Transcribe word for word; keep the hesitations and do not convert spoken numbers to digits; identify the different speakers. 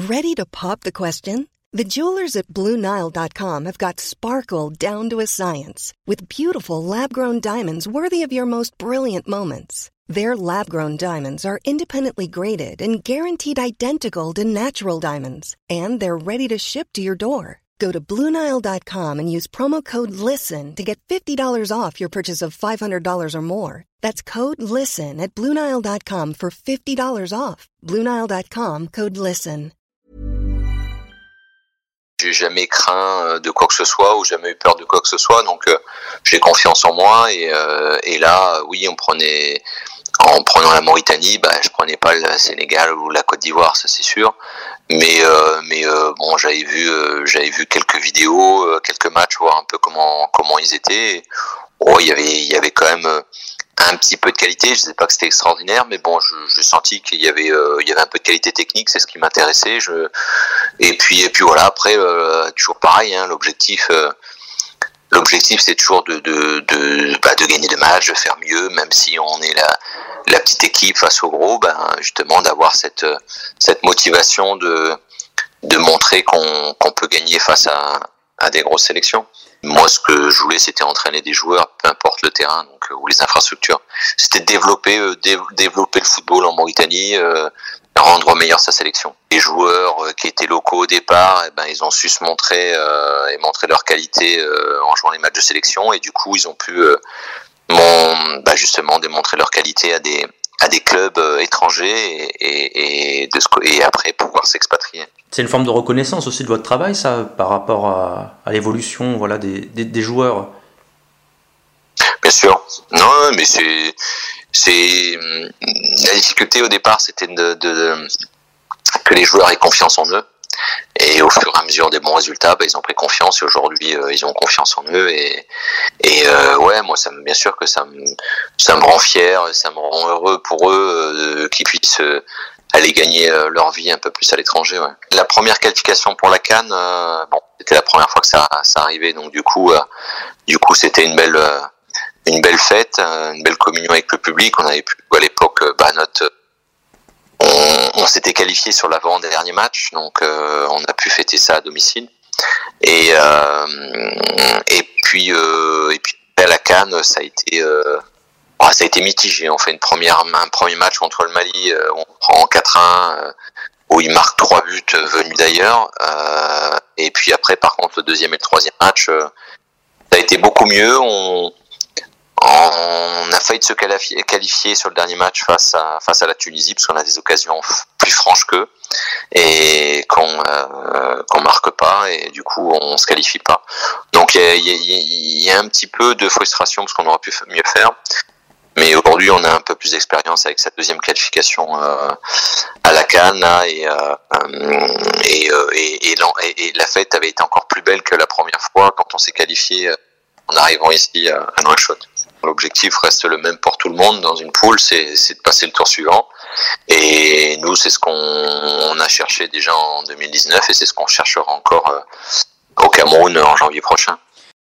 Speaker 1: Ready to pop the question? The jewelers at Blue Nile dot com have got sparkle down to a science with beautiful lab-grown diamonds worthy of your most brilliant moments. Their lab-grown diamonds are independently graded and guaranteed identical to natural diamonds, and they're ready to ship to your door. Go to Blue Nile dot com and use promo code LISTEN to get fifty dollars off your purchase of five hundred dollars or more. That's code LISTEN at Blue Nile dot com for fifty dollars off. Blue Nile dot com, code LISTEN.
Speaker 2: J'ai jamais craint de quoi que ce soit ou jamais eu peur de quoi que ce soit, donc euh, j'ai confiance en moi et, euh, et là, oui, on prenait... En prenant la Mauritanie, bah, je prenais pas le Sénégal ou la Côte d'Ivoire, ça c'est sûr. Mais euh, mais euh, bon, j'avais vu euh, j'avais vu quelques vidéos, euh, quelques matchs, voir un peu comment comment ils étaient. Oh, il y avait il y avait quand même un petit peu de qualité. Je sais pas que c'était extraordinaire, mais bon, je j'ai senti qu'il y avait euh, il y avait un peu de qualité technique, c'est ce qui m'intéressait. Je et puis et puis voilà. Après, euh, toujours pareil, hein, l'objectif. Euh, L'objectif, c'est toujours de de de bah, de gagner des matchs, de faire mieux, même si on est la la petite équipe face au gros, ben justement d'avoir cette cette motivation de de montrer qu'on qu'on peut gagner face à à des grosses sélections. Moi, ce que je voulais, c'était entraîner des joueurs, peu importe le terrain, donc ou les infrastructures. C'était développer euh, dé, développer le football en Mauritanie, euh, rendre meilleur sa sélection. Les joueurs euh, qui étaient locaux au départ, eh ben ils ont su se montrer euh, et montrer leur qualité euh, en jouant les matchs de sélection, et du coup ils ont pu euh, mon, bah justement démontrer leur qualité à des à des clubs euh, étrangers et et et, de, et après pouvoir s'expatrier.
Speaker 3: C'est une forme de reconnaissance aussi de votre travail, ça, par rapport à, à l'évolution, voilà, des, des des joueurs.
Speaker 2: Bien sûr. Non, mais c'est c'est la difficulté au départ, c'était de, de, de que les joueurs aient confiance en eux. Et au fur et à mesure des bons résultats, bah, ils ont pris confiance et aujourd'hui euh, ils ont confiance en eux et et euh, ouais, moi ça me bien sûr que ça me ça me rend fier, ça me rend heureux pour eux euh, qu'ils puissent euh, aller gagner euh, leur vie un peu plus à l'étranger. Ouais. La première qualification pour la CAN, euh, bon, c'était la première fois que ça ça arrivait, donc du coup euh, du coup c'était une belle euh, une belle fête, euh, une belle communion avec le public. On avait pu à l'époque euh, bah notre On, on s'était qualifié sur l'avant-dernier match, donc euh, on a pu fêter ça à domicile. Et euh, et puis euh, et puis à la CAN, ça a été euh, oh, ça a été mitigé. On fait une première un premier match contre le Mali, euh, on prend quatre un euh, où il marque trois buts euh, venus d'ailleurs. Euh, et puis après, par contre, le deuxième et le troisième match, euh, ça a été beaucoup mieux. On On a failli de se qualifier, qualifier sur le dernier match face à face à la Tunisie parce qu'on a des occasions plus franches qu'eux et qu'on euh, qu'on marque pas et du coup on se qualifie pas. Donc il y a, y, a, y a un petit peu de frustration parce qu'on aurait pu mieux faire. Mais aujourd'hui on a un peu plus d'expérience avec cette deuxième qualification euh, à la CAN là, et, euh, et, euh, et, et, et, et la fête avait été encore plus belle que la première fois quand on s'est qualifié en arrivant ici à, à Nouakchott. L'objectif reste le même pour tout le monde dans une poule, c'est, c'est de passer le tour suivant. Et nous, c'est ce qu'on on a cherché déjà en deux mille dix-neuf et c'est ce qu'on cherchera encore euh, au Cameroun en janvier prochain.